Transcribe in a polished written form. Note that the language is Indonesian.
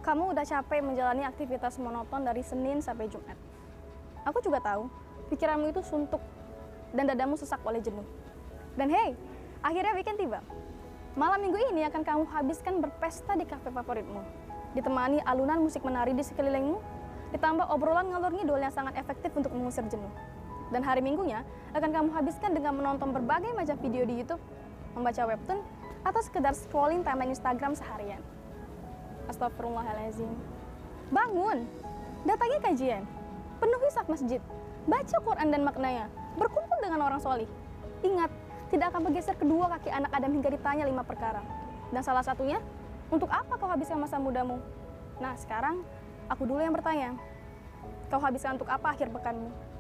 Kamu udah capek menjalani aktivitas monoton dari Senin sampai Jumat. Aku juga tahu, pikiranmu itu suntuk dan dadamu sesak oleh jenuh. Dan hey, akhirnya weekend tiba. Malam minggu ini akan kamu habiskan berpesta di kafe favoritmu, ditemani alunan musik menari di sekelilingmu, ditambah obrolan ngalor ngidul yang sangat efektif untuk mengusir jenuh. Dan hari minggunya akan kamu habiskan dengan menonton berbagai macam video di YouTube, membaca webtoon, atau sekedar scrolling timeline Instagram seharian. Astagfirullahaladzim. Bangun, datangi kajian, penuhi saf masjid, baca Quran dan maknanya, berkumpul dengan orang solih. Ingat, tidak akan bergeser kedua kaki anak Adam hingga ditanya 5 perkara. Dan salah satunya, untuk apa kau habiskan masa mudamu? Nah sekarang, aku dulu yang bertanya. Kau habiskan untuk apa akhir pekanmu?